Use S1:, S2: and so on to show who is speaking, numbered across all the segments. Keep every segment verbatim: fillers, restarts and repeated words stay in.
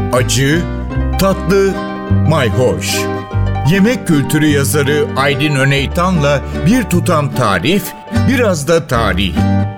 S1: acı, tatlı, mayhoş. Yemek kültürü yazarı Aydın Öneytan'la bir tutam tarif, biraz da tarih.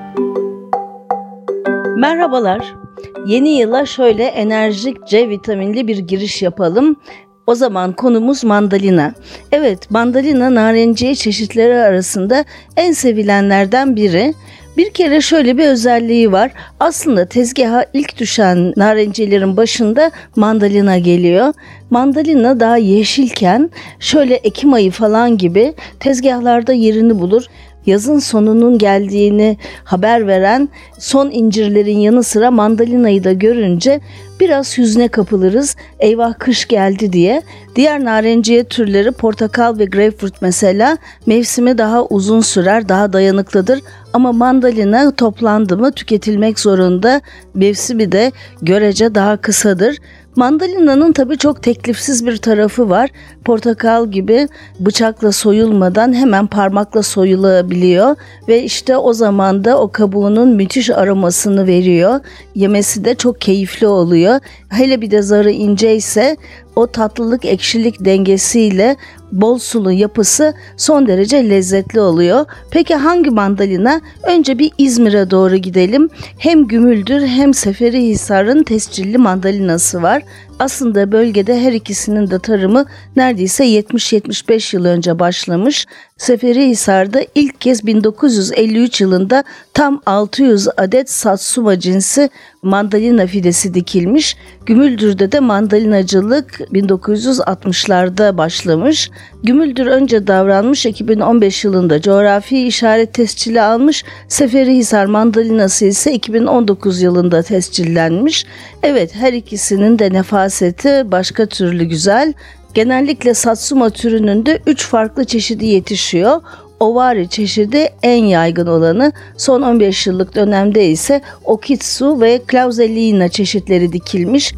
S2: Merhabalar. Yeni yıla şöyle enerjik C vitaminli bir giriş yapalım. O zaman konumuz mandalina. Evet, mandalina narenciye çeşitleri arasında en sevilenlerden biri. Bir kere şöyle bir özelliği var. Aslında tezgaha ilk düşen narenciyelerin başında mandalina geliyor. Mandalina daha yeşilken şöyle Ekim ayı falan gibi tezgahlarda yerini bulur. Yazın sonunun geldiğini haber veren son incirlerin yanı sıra mandalinayı da görünce biraz hüzne kapılırız. Eyvah kış geldi diye. Diğer narenciye türleri portakal ve greyfurt mesela mevsimi daha uzun sürer, daha dayanıklıdır. Ama mandalina toplandı mı tüketilmek zorunda. Mevsimi de görece daha kısadır. Mandalina'nın tabii çok teklifsiz bir tarafı var. Portakal gibi bıçakla soyulmadan hemen parmakla soyulabiliyor ve işte o zaman da o kabuğunun müthiş aromasını veriyor. Yemesi de çok keyifli oluyor. Hele bir de zarı ince ise o tatlılık ekşilik dengesiyle bol sulu yapısı son derece lezzetli oluyor. Peki hangi mandalina? Önce bir İzmir'e doğru gidelim. Hem Gümüldür hem Seferihisar'ın tescilli mandalinası var. Aslında bölgede her ikisinin de tarımı neredeyse yetmiş yetmiş beş yıl önce başlamış. Seferihisar'da ilk kez bin dokuz yüz elli üç yılında tam altı yüz adet Satsuma cinsi mandalina fidesi dikilmiş. Gümüldür'de de mandalinacılık bin dokuz yüz altmışlarda başlamış. Gümüldür önce davranmış, iki bin on beş yılında coğrafi işaret tescili almış. Seferihisar mandalinası ise iki bin on dokuz yılında tescillenmiş. Evet, her ikisinin de nefaseti başka türlü güzel. Genellikle Satsuma türünün de üç farklı çeşidi yetişiyor. Ovari çeşidi en yaygın olanı. Son on beş yıllık dönemde ise Okitsu ve Clauselina çeşitleri dikilmiş.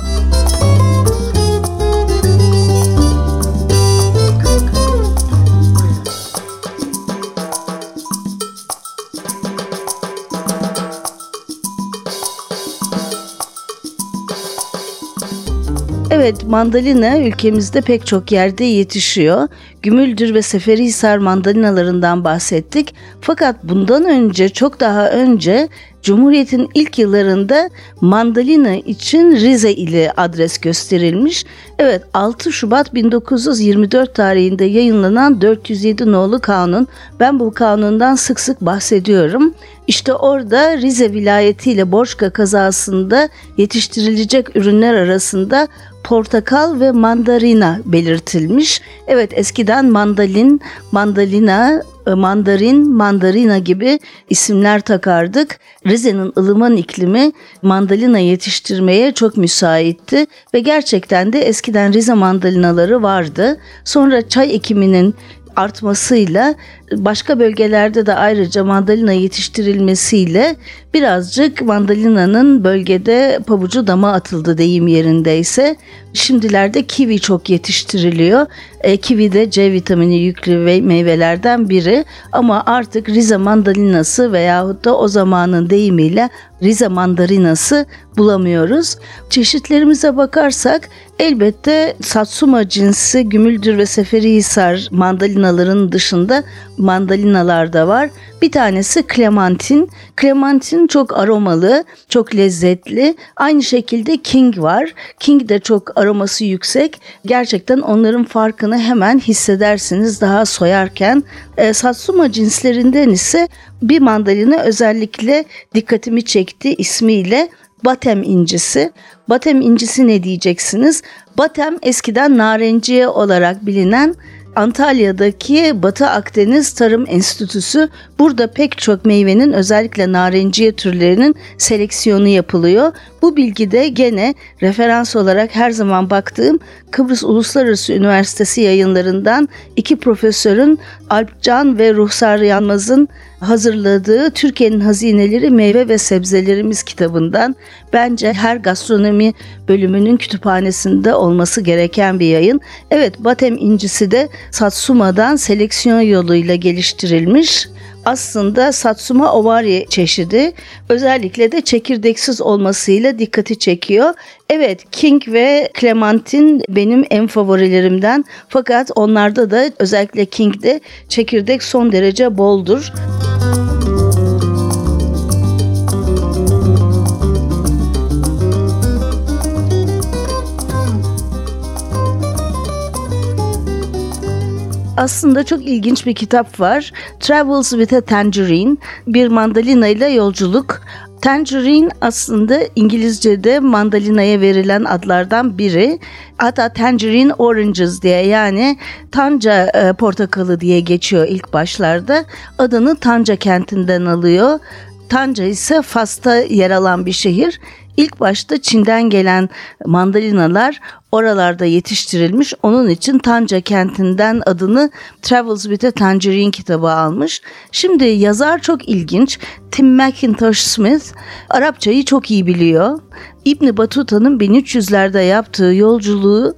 S2: Evet, mandalina ülkemizde pek çok yerde yetişiyor. Gümüldür ve Seferihisar mandalinalarından bahsettik. Fakat bundan önce, çok daha önce Cumhuriyet'in ilk yıllarında mandalina için Rize ili adres gösterilmiş. Evet, altı Şubat bin dokuz yüz yirmi dört tarihinde yayınlanan dört yüz yedi nolu kanun. Ben bu kanundan sık sık bahsediyorum. İşte orada Rize vilayeti ile Borçka kazasında yetiştirilecek ürünler arasında portakal ve mandalina belirtilmiş. Evet, eskiden mandalin, mandalina, mandarin, mandarina gibi isimler takardık. Rize'nin ılıman iklimi mandalina yetiştirmeye çok müsaitti ve gerçekten de eskiden Rize mandalinaları vardı. Sonra çay ekiminin artmasıyla başka bölgelerde de ayrıca mandalina yetiştirilmesiyle birazcık mandalinanın bölgede pabucu dama atıldı deyim yerindeyse. Şimdilerde kivi çok yetiştiriliyor. E, kivi de C vitamini yüklü ve meyvelerden biri ama artık Rize mandalinası veyahut da o zamanın deyimiyle Rize mandarinası bulamıyoruz. Çeşitlerimize bakarsak elbette Satsuma cinsi Gümüldür ve Seferihisar mandalinaların dışında mandalinalar da var. Bir tanesi Clementine. Clementine çok aromalı, çok lezzetli. Aynı şekilde King var. King de çok aroması yüksek. Gerçekten onların farkını hemen hissedersiniz daha soyarken. E, Satsuma cinslerinden ise bir mandalina özellikle dikkatimi çekti ismiyle. Batem incisi. Batem incisi ne diyeceksiniz? Batem eskiden narenciye olarak bilinen Antalya'daki Batı Akdeniz Tarım Enstitüsü. Burada pek çok meyvenin özellikle narenciye türlerinin seleksiyonu yapılıyor. Bu bilgi de gene referans olarak her zaman baktığım Kıbrıs Uluslararası Üniversitesi yayınlarından iki profesörün Alpcan ve Ruhsar Yanmaz'ın hazırladığı Türkiye'nin Hazineleri Meyve ve Sebzelerimiz kitabından. Bence her gastronomi bölümünün kütüphanesinde olması gereken bir yayın. Evet, Batem incisi de Satsuma'dan seleksiyon yoluyla geliştirilmiş. aslında Satsuma ovari çeşidi. Özellikle de çekirdeksiz olmasıyla dikkati çekiyor. Evet, King ve Clementine benim en favorilerimden. Fakat onlarda da, özellikle King'de çekirdek son derece boldur. Aslında çok ilginç bir kitap var. Travels with a Tangerine, bir mandalina ile yolculuk. Tangerine aslında İngilizce'de mandalinaya verilen adlardan biri. Hatta Tangerine Oranges diye, yani Tanca e, portakalı diye geçiyor ilk başlarda. Adını Tanca kentinden alıyor. Tanca ise Fas'ta yer alan bir şehir. İlk başta Çin'den gelen mandalinalar oralarda yetiştirilmiş. Onun için Tanca kentinden adını Travels with a Tangerine kitabı almış. Şimdi yazar çok ilginç. Tim McIntosh Smith Arapçayı çok iyi biliyor. İbn Battuta'nın bin üç yüzlerde yaptığı yolculuğu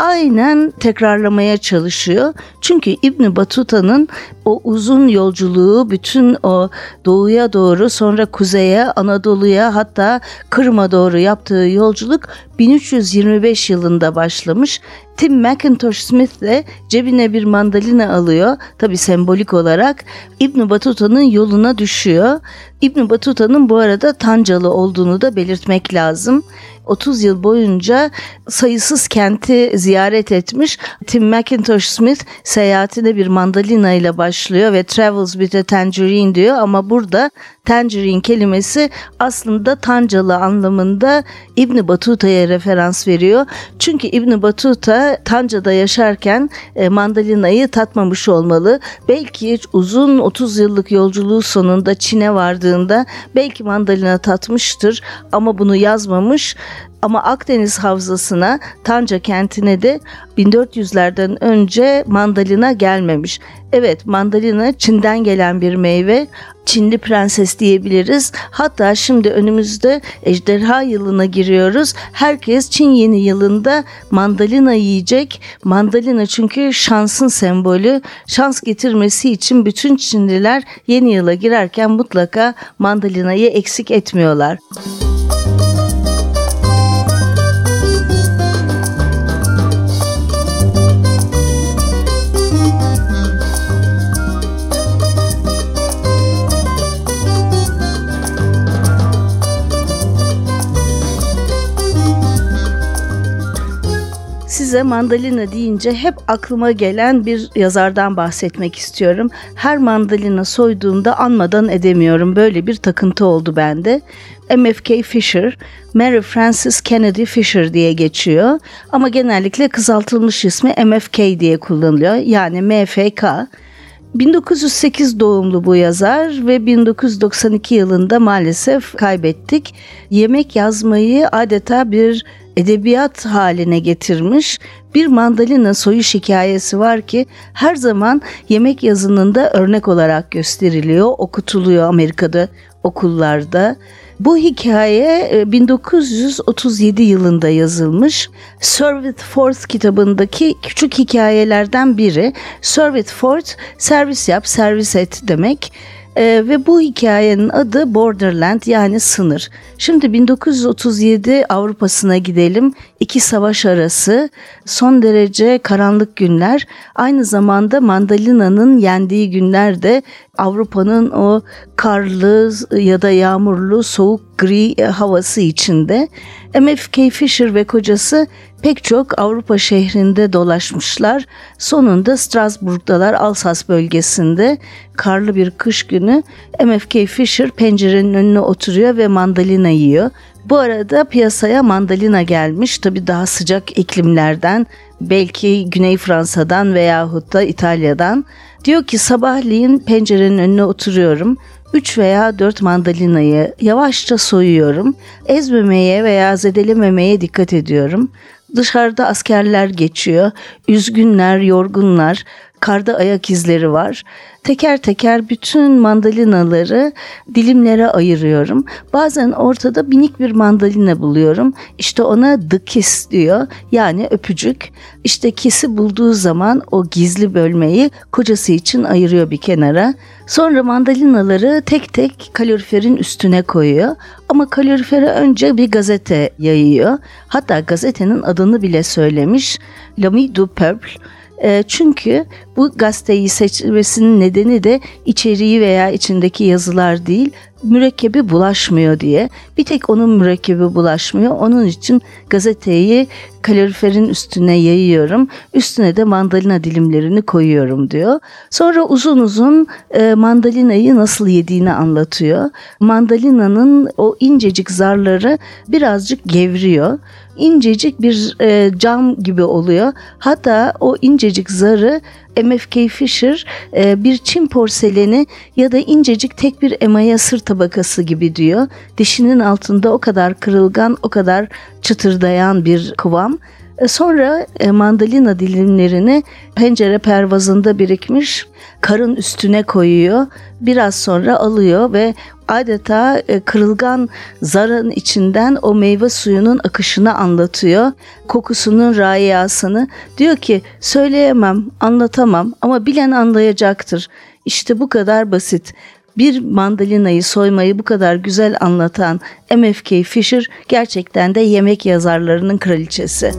S2: aynen tekrarlamaya çalışıyor. Çünkü İbn Battuta'nın o uzun yolculuğu, bütün o doğuya doğru, sonra kuzeye, Anadolu'ya, hatta Kırım'a doğru yaptığı yolculuk bin üç yüz yirmi beş yılında başlamış. Tim McIntosh Smith de cebine bir mandalina alıyor. Tabii sembolik olarak İbn Battuta'nın yoluna düşüyor. İbn Battuta'nın bu arada Tancalı olduğunu da belirtmek lazım. otuz yıl boyunca sayısız kenti ziyaret etmiş. Tim McIntosh Smith seyahatine bir mandalina ile başlıyor ve Travels with a Tangerine diyor, ama burada tangerine kelimesi aslında Tancalı anlamında İbn Battuta'ya referans veriyor. Çünkü İbn Battuta Tanca'da yaşarken e, mandalinayı tatmamış olmalı. Belki uzun otuz yıllık yolculuğu sonunda Çin'e vardığında belki mandalina tatmıştır ama bunu yazmamış. Ama Akdeniz Havzası'na, Tanca kentine de bin dört yüzlerden önce mandalina gelmemiş. Evet, mandalina Çin'den gelen bir meyve. Çinli prenses diyebiliriz. Hatta şimdi önümüzde ejderha yılına giriyoruz. Herkes Çin yeni yılında mandalina yiyecek. Mandalina çünkü şansın sembolü. Şans getirmesi için bütün Çinliler yeni yıla girerken mutlaka mandalinayı eksik etmiyorlar. Size mandalina deyince hep aklıma gelen bir yazardan bahsetmek istiyorum. Her mandalina soyduğumda anmadan edemiyorum. Böyle bir takıntı oldu bende. M F K Fisher, Mary Frances Kennedy Fisher diye geçiyor. Ama genellikle kısaltılmış ismi M F K diye kullanılıyor. Yani M F K. bin dokuz yüz sekiz doğumlu bu yazar ve bin dokuz yüz doksan iki yılında maalesef kaybettik. Yemek yazmayı adeta bir edebiyat haline getirmiş bir mandalina soyuş hikayesi var ki her zaman yemek yazınında örnek olarak gösteriliyor, okutuluyor Amerika'da okullarda. Bu hikaye bin dokuz yüz otuz yedi yılında yazılmış. Serve it forth kitabındaki küçük hikayelerden biri. Serve it forth, servis yap, servis et demek. Ee, ve bu hikayenin adı Borderland, yani sınır. Şimdi bin dokuz yüz otuz yedi Avrupa'sına gidelim. İki savaş arası, son derece karanlık günler. Aynı zamanda mandalina'nın yendiği günler de Avrupa'nın o karlı ya da yağmurlu, soğuk, gri havası içinde. M F K Fisher ve kocası pek çok Avrupa şehrinde dolaşmışlar. Sonunda Strasbourg'dalar, Alsas bölgesinde. Karlı bir kış günü M F K Fisher pencerenin önüne oturuyor ve mandalina yiyor. Bu arada piyasaya mandalina gelmiş. Tabii daha sıcak iklimlerden, belki Güney Fransa'dan veyahut da İtalya'dan. Diyor ki sabahleyin pencerenin önüne oturuyorum. üç veya dört mandalinayı yavaşça soyuyorum. Ezmemeye veya zedelememeye dikkat ediyorum. Dışarıda askerler geçiyor. Üzgünler, yorgunlar. karda ayak izleri var. Teker teker bütün mandalinaları dilimlere ayırıyorum. Bazen ortada minik bir mandalina buluyorum. İşte ona the kiss diyor, yani öpücük. İşte kiss'i bulduğu zaman o gizli bölmeyi kocası için ayırıyor bir kenara. Sonra mandalinaları tek tek kaloriferin üstüne koyuyor. Ama kalorifere önce bir gazete yayıyor. Hatta gazetenin adını bile söylemiş. L'Ami du Peuple. E, çünkü bu gazeteyi seçmesinin nedeni de içeriği veya içindeki yazılar değil, mürekkebi bulaşmıyor diye. Bir tek onun mürekkebi bulaşmıyor. Onun için gazeteyi kaloriferin üstüne yayıyorum. Üstüne de mandalina dilimlerini koyuyorum diyor. Sonra uzun uzun e, mandalinayı nasıl yediğini anlatıyor. Mandalinanın o incecik zarları birazcık gevriyor. İncecik bir e, cam gibi oluyor. Hatta o incecik zarı M F K Fisher e, bir Çin porseleni ya da incecik tek bir emaya sır tabakası gibi diyor. Dişinin altında o kadar kırılgan, o kadar çıtırdayan bir kıvam. E, sonra e, mandalina dilimlerini pencere pervazında birikmiş karın üstüne koyuyor. Biraz sonra alıyor ve adeta e, kırılgan zarın içinden o meyve suyunun akışını anlatıyor. Kokusunun rayasını. Diyor ki söyleyemem, anlatamam ama bilen anlayacaktır. İşte bu kadar basit. Bir mandalinayı soymayı bu kadar güzel anlatan M F K Fisher gerçekten de yemek yazarlarının kraliçesi.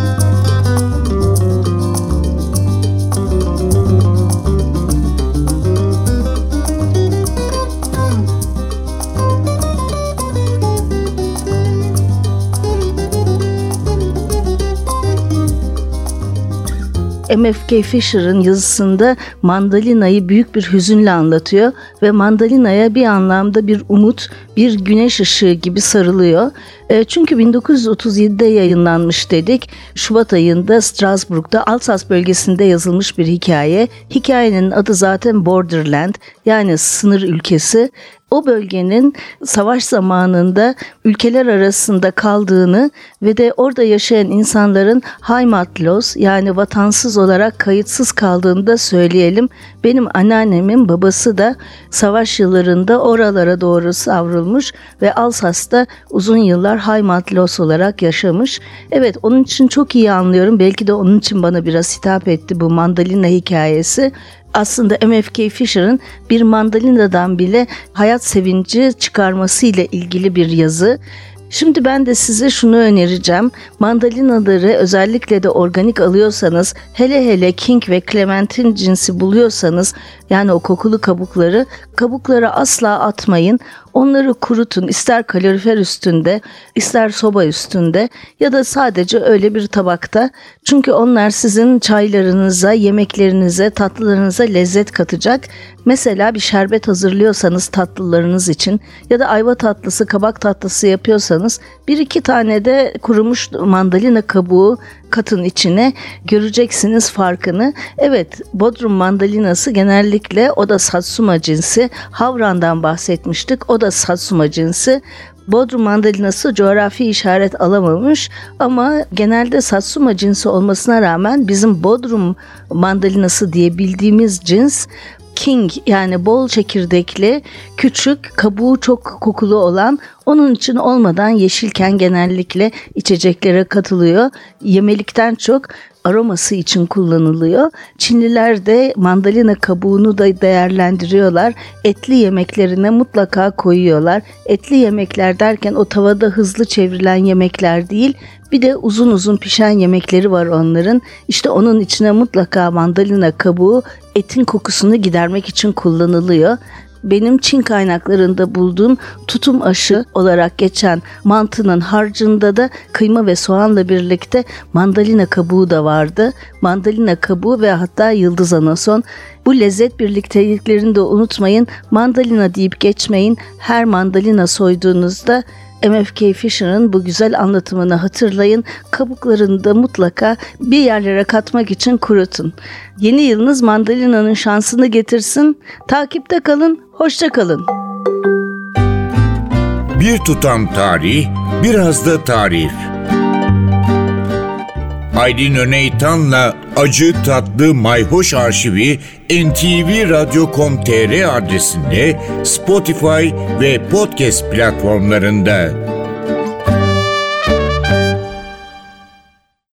S2: M F K Fisher'ın yazısında mandalinayı büyük bir hüzünle anlatıyor ve mandalinaya bir anlamda bir umut, bir güneş ışığı gibi sarılıyor. E, çünkü bin dokuz yüz otuz yedide yayınlanmış dedik. Şubat ayında Strasbourg'da Alsas bölgesinde yazılmış bir hikaye. Hikayenin adı zaten Borderland, yani sınır ülkesi. O bölgenin savaş zamanında ülkeler arasında kaldığını ve de orada yaşayan insanların heimatlos, yani vatansız olarak kayıtsız kaldığını da söyleyelim. Benim anneannemin babası da savaş yıllarında oralara doğru savrulmuş ve Alsas'ta uzun yıllar heimatlos olarak yaşamış. Evet, onun için çok iyi anlıyorum. Belki de onun için bana biraz hitap etti bu mandalina hikayesi. Aslında M F K Fisher'ın bir mandalinadan bile hayat sevinci çıkarmasıyla ilgili bir yazı. Şimdi ben de size şunu önereceğim. Mandalinaları özellikle de organik alıyorsanız, hele hele King ve Clementine cinsi buluyorsanız, yani o kokulu kabukları, kabukları asla atmayın. Onları kurutun, ister kalorifer üstünde, ister soba üstünde ya da sadece öyle bir tabakta. Çünkü onlar sizin çaylarınıza, yemeklerinize, tatlılarınıza lezzet katacak. Mesela bir şerbet hazırlıyorsanız tatlılarınız için ya da ayva tatlısı, kabak tatlısı yapıyorsanız bir iki tane de kurumuş mandalina kabuğu katın içine, göreceksiniz farkını. Evet, Bodrum mandalinası genellikle, o da Satsuma cinsi. Havran'dan bahsetmiştik, o da Satsuma cinsi. Bodrum mandalinası coğrafi işaret alamamış ama genelde Satsuma cinsi olmasına rağmen bizim Bodrum mandalinası diye bildiğimiz cins King, yani bol çekirdekli, küçük, kabuğu çok kokulu olan, onun için olmadan yeşilken genellikle içeceklere katılıyor. Yemelikten çok aroması için kullanılıyor. Çinliler de mandalina kabuğunu da değerlendiriyorlar. Etli yemeklerine mutlaka koyuyorlar. Etli yemekler derken o tavada hızlı çevrilen yemekler değil, bir de uzun uzun pişen yemekleri var onların. İşte onun içine mutlaka mandalina kabuğu etin kokusunu gidermek için kullanılıyor. Benim Çin kaynaklarında bulduğum tutum aşı olarak geçen mantının harcında da kıyma ve soğanla birlikte mandalina kabuğu da vardı. Mandalina kabuğu ve hatta yıldız anason. Bu lezzet birlikteliklerini de unutmayın. Mandalina deyip geçmeyin. Her mandalina soyduğunuzda M F K Fisher'ın bu güzel anlatımını hatırlayın. Kabuklarını da mutlaka bir yerlere katmak için kurutun. Yeni yılınız mandalinanın şansını getirsin. Takipte kalın, hoşça kalın.
S1: Bir tutam tarih, biraz da tarif. Aydin Öneytan'la Acı Tatlı Mayhoş arşivi en te ve radyo nokta com nokta tr adresinde, Spotify ve podcast platformlarında.